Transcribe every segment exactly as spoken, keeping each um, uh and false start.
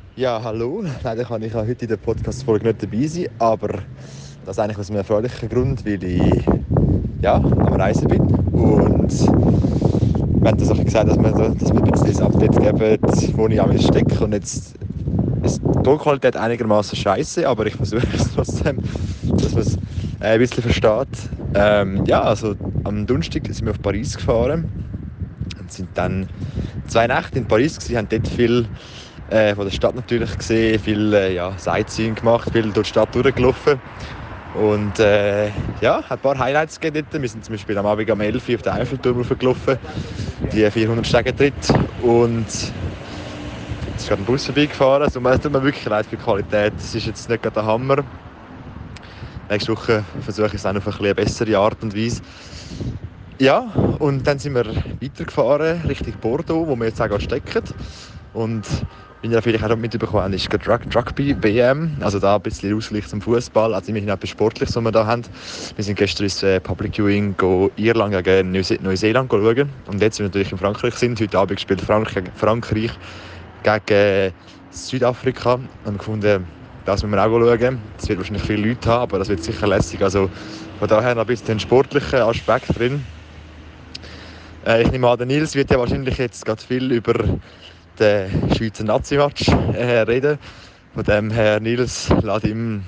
Ja, hallo. Leider kann ich heute in der Podcast-Folge nicht dabei sein, aber das eigentlich aus einem erfreulichen Grund, weil ich ja, am Reisen bin. Und wir haben das auch gesagt, dass wir, dass wir ein bisschen das Update geben, wo ich am stecke. Und jetzt ist die Tonqualität einigermaßen scheiße, aber ich versuche es trotzdem, dass man es ein bisschen versteht. Ähm, ja, also am Donnerstag sind wir auf Paris gefahren und sind dann zwei Nächte in Paris gewesen, haben dort viel äh, von der Stadt natürlich gesehen, viel äh, ja, Sightseeing gemacht, viel durch die Stadt durchgelaufen. Und äh, ja, hat ein paar Highlights gegeben dort. Wir sind zum Beispiel am Abend um elf Uhr auf den Eiffelturm hochgelaufen, die vierhundert Stegentritt. Und es ist gerade ein Bus vorbeigefahren. Also, es tut mir wirklich leid für die Qualität. Es ist jetzt nicht gerade der Hammer. Nächste Woche versuche ich es auch auf eine, eine bessere Art und Weise. Ja, und dann sind wir weitergefahren Richtung Bordeaux, wo wir jetzt auch stecken. Und wie ihr vielleicht auch mitbekommen habt, ist gerade Rugby-B M, also da ein bisschen Ausgleich zum Fußball, also immerhin etwas Sportliches, was wir hier haben. Wir sind gestern ins äh, Public Viewing Irland gegen Neuseeland, Neuseeland schauen. Und jetzt, wenn wir natürlich in Frankreich sind, heute Abend spielt Frankreich, Frankreich gegen äh, Südafrika. Und wir gefunden, das müssen wir auch schauen. Es wird wahrscheinlich viele Leute haben, aber das wird sicher lässig. Also von daher noch ein bisschen den sportlichen Aspekt drin. Äh, ich nehme an, der Nils wird ja wahrscheinlich jetzt gerade viel über den Schweizer Nazi-Match äh, reden. Von dem her, Nils, lass ihm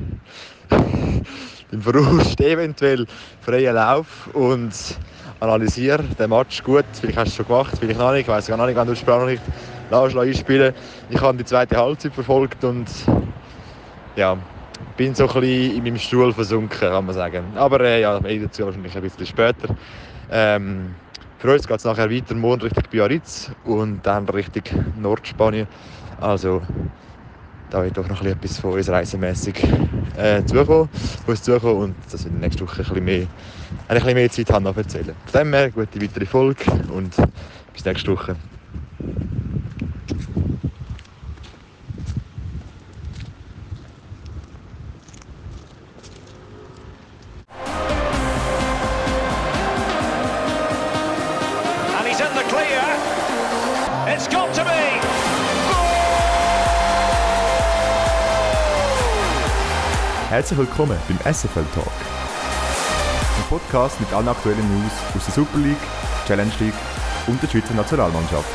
den Verlust eventuell freien Lauf und analysiere den Match gut. Vielleicht hast du es schon gemacht, vielleicht noch nicht. Ich weiss gar nicht, wenn du die Sprachnachricht einspielen. Ich habe die zweite Halbzeit verfolgt und ja, bin so ein bisschen in meinem Stuhl versunken, kann man sagen. Aber äh, ja, dazu wahrscheinlich ein bisschen später. Ähm, Für uns geht es nachher weiter morgen Richtung Biarritz und dann Richtung Nordspanien. Also da wird doch noch etwas von uns reisemässig äh, zukommen, von uns zukommen und dass wir nächste Woche ein bisschen mehr, ein bisschen mehr Zeit haben, noch erzählen. Von dem her, gute weitere Folge und bis nächste Woche. It's got to be! Herzlich willkommen beim S F L Talk. Ein Podcast mit allen aktuellen News aus der Super League, Challenge League und der Schweizer Nationalmannschaft.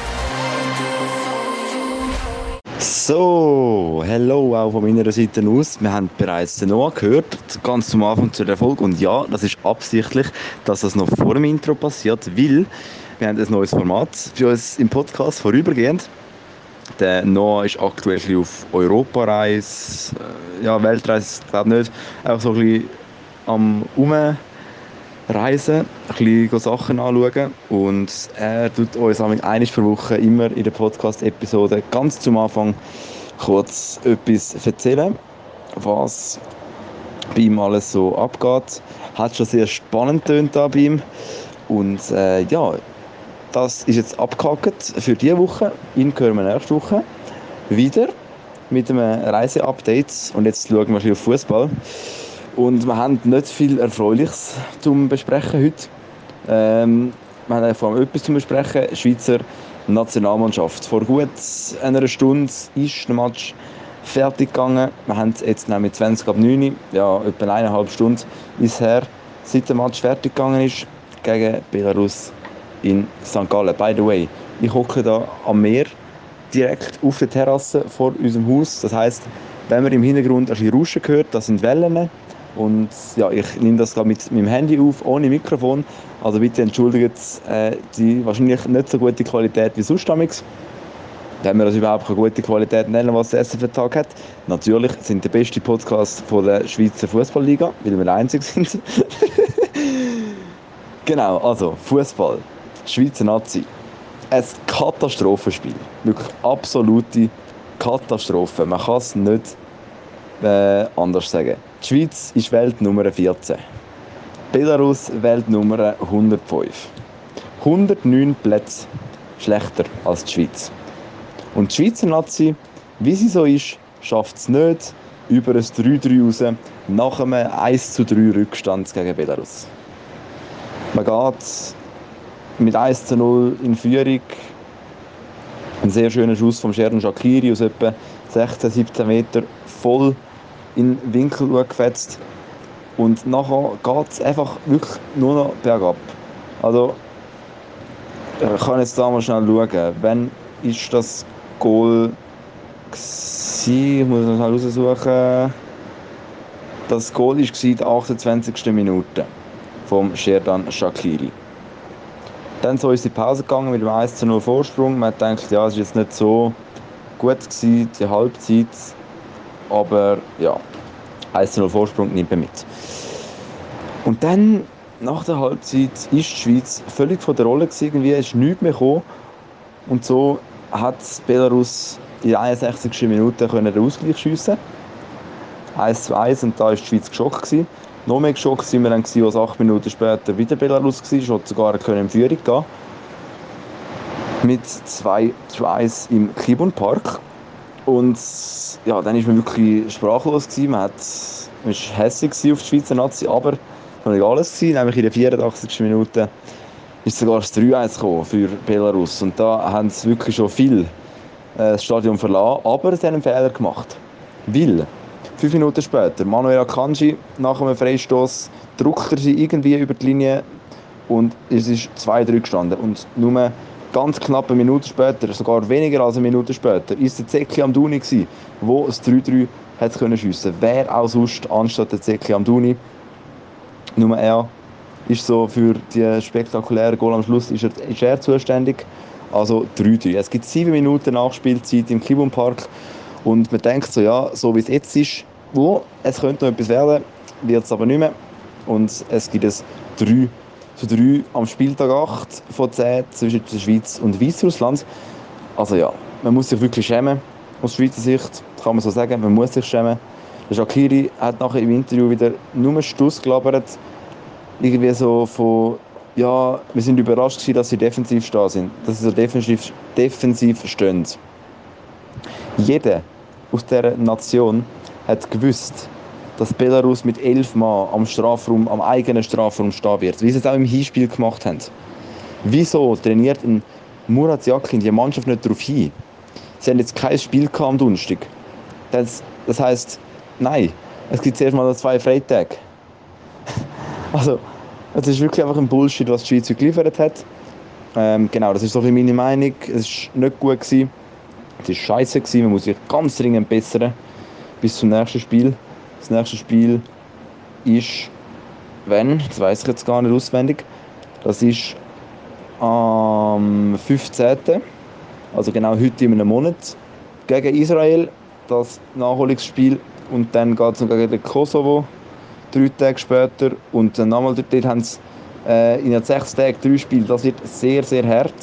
So, hello auch von meiner Seite aus. Wir haben bereits den Noah gehört, ganz zum Anfang zu der Folge. Und ja, das ist absichtlich, dass das noch vor dem Intro passiert, weil wir haben ein neues Format für uns im Podcast vorübergehend. Der Noah ist aktuell ein bisschen auf Europareise, ja, Weltreise, glaube ich nicht, auch so ein bisschen am Umreisen, ein bisschen Sachen anschauen. Und er tut uns einmal pro Woche immer in der Podcast-Episode ganz zum Anfang kurz etwas erzählen, was bei ihm alles so abgeht. Hat schon sehr spannend getönt da bei ihm. Und äh, ja, das ist jetzt abgehakt für diese Woche. Ihn hören wir nächste Woche wieder mit einem Reise-Update. Und jetzt schauen wir ein bisschen auf Fußball. Und wir haben nicht viel Erfreuliches zum Besprechen heute. Ähm, wir haben vor allem etwas zum Besprechen. Schweizer Nationalmannschaft. Vor gut einer Stunde ist der Match fertig gegangen. Wir haben jetzt nämlich zwanzig ab neun, ja, etwa eineinhalb Stunden bisher, seit der Match fertig gegangen ist gegen Belarus in Sankt Gallen. By the way, ich hocke da am Meer, direkt auf der Terrasse vor unserem Haus. Das heisst, wenn man im Hintergrund ein bisschen Rauschen hört, das sind Wellen. Und ja, ich nehme das gerade mit meinem Handy auf, ohne Mikrofon. Also bitte entschuldigt äh, die wahrscheinlich nicht so gute Qualität wie sonst damals. Wenn wir das überhaupt eine gute Qualität nennen, was der S F L-Tag hat. Natürlich sind der beste Podcast von der Schweizer Fußballliga, weil wir der einzige sind. Genau, also Fußball. Schweizer Nazi. Ein Katastrophenspiel. Wirklich absolute Katastrophe. Man kann es nicht äh, anders sagen. Die Schweiz ist Weltnummer vierzehn. Belarus Weltnummer hundertfünf. hundertneun Plätze schlechter als die Schweiz. Und die Schweizer Nazi, wie sie so ist, schafft es nicht über ein drei drei raus nach einem eins zu drei Rückstand gegen Belarus. Man geht mit eins zu null in Führung, Ein sehr schöner Schuss vom Xherdan Shaqiri aus etwa sechzehn, siebzehn Meter, voll in den Winkel gefetzt. Und nachher geht es einfach wirklich nur noch bergab. Also, ich kann jetzt da mal schnell schauen. Wann ist das Goal gewesen? Ich muss noch schnell raussuchen. Das Goal war in der achtundzwanzigsten Minute vom Xherdan Shaqiri. Dann so ist die Pause gegangen mit dem eins zu null Vorsprung. Man hat gedacht, ja, es war jetzt nicht so gut gewesen, die Halbzeit. Aber ja, eins zu null Vorsprung nimmt man mit. Und dann, nach der Halbzeit, ist die Schweiz völlig von der Rolle gewesen. Irgendwie ist nichts mehr gekommen. Und so hat Belarus in der einundsechzigsten Minute den Ausgleich schiessen. eins zu eins, und da war die Schweiz geschockt gewesen. Noch mehr geschockt waren wir dann, als acht Minuten später wieder Belarus war, schon sogar in Führung gehen. Mit zwei zu eins im Kibun Park. Und ja, dann war man wirklich sprachlos gewesen. Man, hat, man war hässlich auf die Schweizer Nazi, aber noch nicht alles gewesen. Nämlich in der vierundachtzigsten Minute ist sogar das drei eins gekommen für Belarus. Und da haben sie wirklich schon viel äh, das Stadion verlassen, aber sie haben einen Fehler gemacht. Weil fünf Minuten später, Manuel Akanji, nach einem Freistoß, drückt er sie irgendwie über die Linie und es ist zwei drei gestanden. Und nur ganz knapp eine Minute später, sogar weniger als eine Minute später, ist der Zeki Amdouni gewesen, wo das drei drei hätte können schiessen. Wer auch sonst anstatt der Zeki Amdouni? Nur er ist so für die spektakuläre Goal am Schluss ist er, ist er zuständig. Also drei drei. Es gibt sieben Minuten Nachspielzeit im Kibun Park. Und man denkt so, ja, so wie es jetzt ist, wo es könnte noch etwas werden, wird es aber nicht mehr. Und es gibt es drei zu drei am Spieltag acht von zehn zwischen der Schweiz und Weißrussland. Also ja, man muss sich wirklich schämen. Aus Schweizer Sicht kann man so sagen, man muss sich schämen. Der Shaqiri hat nachher im Interview wieder nur Stuss gelabert. Irgendwie so von, ja, wir sind überrascht gewesen, dass sie defensiv stehen sind. Dass sie so defensiv, defensiv stehen. Jeder aus dieser Nation hat gewusst, dass Belarus mit elf Mann am Strafraum, am eigenen Strafraum stehen wird, wie sie es auch im Hinspiel gemacht haben. Wieso trainiert ein Murat Yakin die Mannschaft nicht darauf hin? Sie haben jetzt kein Spiel am Donnerstag. Das, das heisst, nein, es gibt zuerst mal zwei Freitage. Also, es ist wirklich einfach ein Bullshit, was die Schweiz geliefert hat. Ähm, genau, das ist so ein bisschen meine Meinung. Es war nicht gut gewesen. Es war scheiße gewesen. Man muss sich ganz dringend bessern bis zum nächsten Spiel. Das nächste Spiel ist, wenn, das weiss ich jetzt gar nicht auswendig, das ist am fünfzehnten Also genau heute in einem Monat, gegen Israel, das Nachholungsspiel. Und dann geht es noch gegen den Kosovo, drei Tage später. Und dann nochmal dort, dort haben sie äh, in den sechs Tagen drei Spiele. Das wird sehr, sehr hart.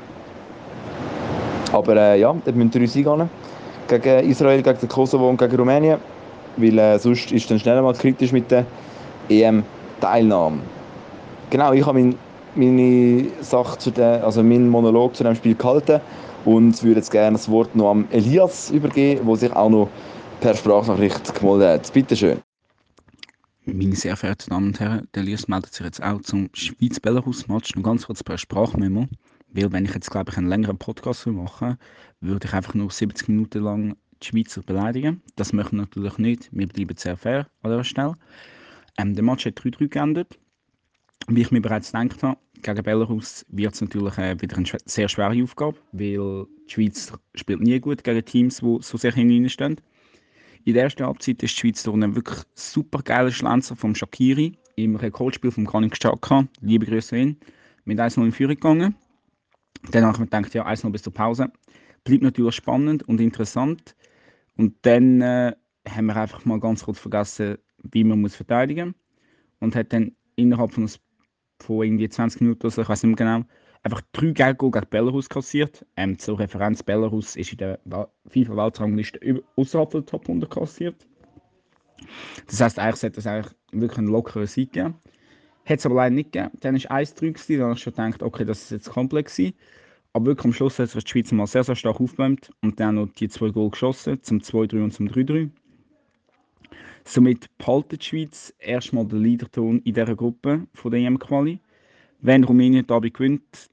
Aber äh, ja, dort müssen drei Siege gehen. Gegen Israel, gegen den Kosovo und gegen Rumänien. Weil äh, sonst ist es dann schnell mal kritisch mit der E M-Teilnahme. Genau, ich habe mein, meine Sache zu der, also meinen Monolog zu dem Spiel gehalten und würde jetzt gerne das Wort noch an Elias übergeben, der sich auch noch per Sprachnachricht gemeldet hat. Bitte schön. Meine sehr verehrten Damen und Herren, der Elias meldet sich jetzt auch zum Schweiz-Belarus-Match. Noch ganz kurz per Sprachmemo, weil wenn ich jetzt, glaube ich, einen längeren Podcast machen würde, würde ich einfach nur siebzig Minuten lang die Schweizer beleidigen. Das möchten wir natürlich nicht. Wir bleiben sehr fair an dieser Stelle. Ähm, der Match hat drei drei geendet. Wie ich mir bereits gedacht habe, gegen Belarus wird es natürlich äh, wieder eine sehr schwere Aufgabe, weil die Schweiz spielt nie gut gegen Teams, die so sehr hineinstehen. In der ersten Halbzeit ist die Schweiz durch einen wirklich super geilen Schlenzer vom Shaqiri im Rekordspiel von Granit Xhaka, liebe Grüße hin, mit eins null in Führung gegangen. Danach haben wir gedacht, ja, eins null bis zur Pause. Bleibt natürlich spannend und interessant. Und dann äh, haben wir einfach mal ganz kurz vergessen, wie man muss verteidigen muss. Und hat dann innerhalb von, von irgendwie zwanzig Minuten, also ich weiß nicht mehr genau, einfach drei Geldgoal gegen Belarus kassiert. Ähm, zur Referenz, Belarus ist in der FIFA-Weltrangliste außerhalb der Top hundert kassiert. Das heisst, eigentlich sollte es eigentlich wirklich einen lockeren Sieg geben. Hat es aber leider nicht gegeben. Dann war eins drei, dann habe ich schon gedacht, okay, das ist jetzt komplex gewesen. Aber wirklich am Schluss hat sich die Schweiz mal sehr, sehr stark aufgebäumt und dann noch die zwei Goal geschossen, zum zwei drei und zum drei drei. Somit behaltet die Schweiz erstmal den Leaderton in dieser Gruppe von der E M-Quali. Wenn Rumänien dabei gewinnt,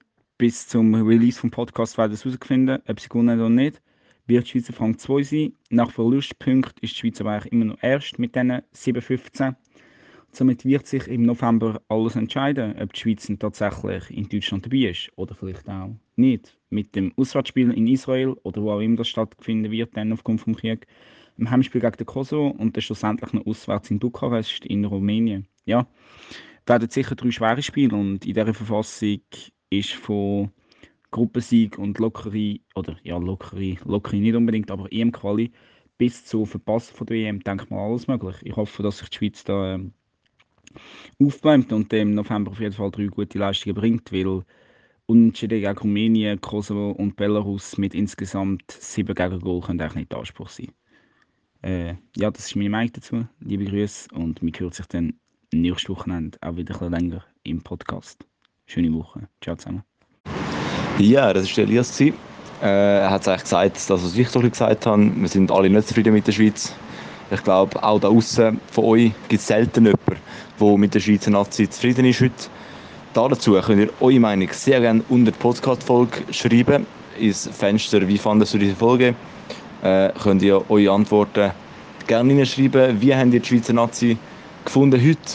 bis zum Release vom Podcast werden wir herausfinden, ob sie gewonnen haben oder nicht. Wird die Schweiz auf Rang zwei sein. Nach Verlustpunkten ist die Schweiz aber eigentlich immer noch erst mit diesen sieben fünfzehn. Somit wird sich im November alles entscheiden, ob die Schweiz tatsächlich in Deutschland dabei ist oder vielleicht auch nicht. Mit dem Auswärtsspiel in Israel oder wo auch immer das stattfinden wird, dann aufgrund vom Krieg. Im Heimspiel gegen den Kosovo und dann schlussendlich noch auswärts in Bukarest in Rumänien. Ja, werden sicher drei schwere Spiele und in dieser Verfassung ist von Gruppensieg und lockere, oder ja, lockere, lockere nicht unbedingt, aber E M-Quali bis zu Verpassen von der E M, denke ich mal, alles möglich. Ich hoffe, dass sich die Schweiz da ähm, aufbäumt und im November auf jeden Fall drei gute Leistungen bringt, weil Unentschieden gegen Rumänien, Kosovo und Belarus mit insgesamt sieben Gegengol können eigentlich nicht der Anspruch sein. Äh, ja, das ist meine Meinung dazu. Liebe Grüße und wir hören sich dann nächstes Wochenende auch wieder ein bisschen länger im Podcast. Schöne Woche. Ciao zusammen. Ja, das war der Elias. Äh, er hat eigentlich gesagt, das, was ich doch gesagt habe, wir sind alle nicht zufrieden mit der Schweiz. Ich glaube, auch da außen von euch gibt es selten jemanden, der mit der Schweizer Nazi zufrieden ist heute. Dazu könnt ihr eure Meinung sehr gerne unter die Podcast-Folge schreiben. Ins Fenster, wie fandest du diese Folge? Äh, könnt ihr eure Antworten gerne hineinschreiben. Wie habt ihr die Schweizer Nazi gefunden heute?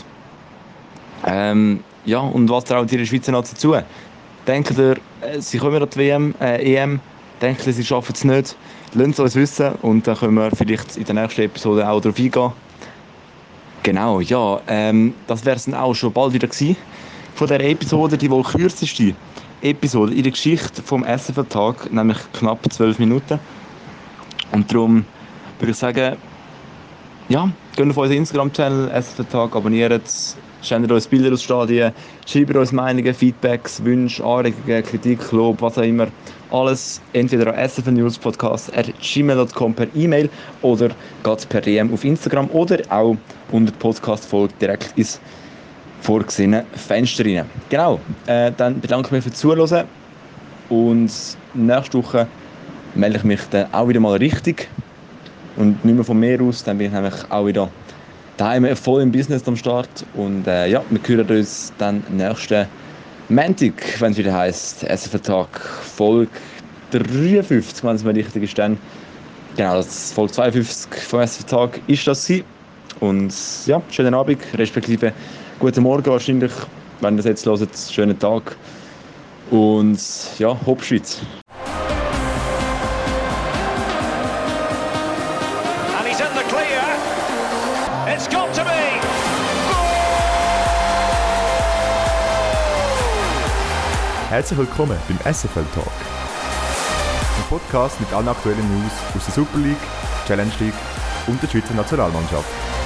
Ähm, ja, und was traut ihr der Schweizer Nazi zu? Denkt ihr, sie kommen an die W M, äh, E M? Denkt ihr, sie schaffen es nicht? Lasst es uns wissen und dann können wir vielleicht in der nächsten Episode auch darauf eingehen. Genau, ja, ähm, das wäre es dann auch schon bald wieder gewesen von dieser Episode, die wohl kürzeste Episode in der Geschichte vom S F L-Tag, nämlich knapp zwölf Minuten. Und darum würde ich sagen, ja, geht auf unseren Instagram-Channel S F L-Tag, abonniert, sendet uns Bilder aus Stadien, schreibt uns Meinungen, Feedbacks, Wünsche, Anregungen, Kritik, Lob, was auch immer. Alles entweder an s f news podcast at gmail dot com per E-Mail oder geht per D M auf Instagram oder auch unter die Podcast-Folge direkt ins vorgesehene Fenster rein. Genau, äh, dann bedanke ich mich fürs Zuhören und nächste Woche melde ich mich dann auch wieder mal richtig und nicht mehr vom Meer aus, dann bin ich nämlich auch wieder daheim voll im Business am Start und äh, ja, wir hören uns dann nächsten Montag, wenn es wieder heisst, S F L-Tag Folge dreiundfünfzig, wenn es mir richtig ist, dann genau, das Folge zweiundfünfzig vom S F L-Tag ist das sie. Und ja, schönen Abend, respektive guten Morgen wahrscheinlich, wenn ihr das jetzt hört, schönen Tag und ja, Hopp Schweiz. And he's in the clear. It's got to be. Herzlich willkommen beim S F L-Talk. Ein Podcast mit allen aktuellen News aus der Super League, Challenge League und der Schweizer Nationalmannschaft.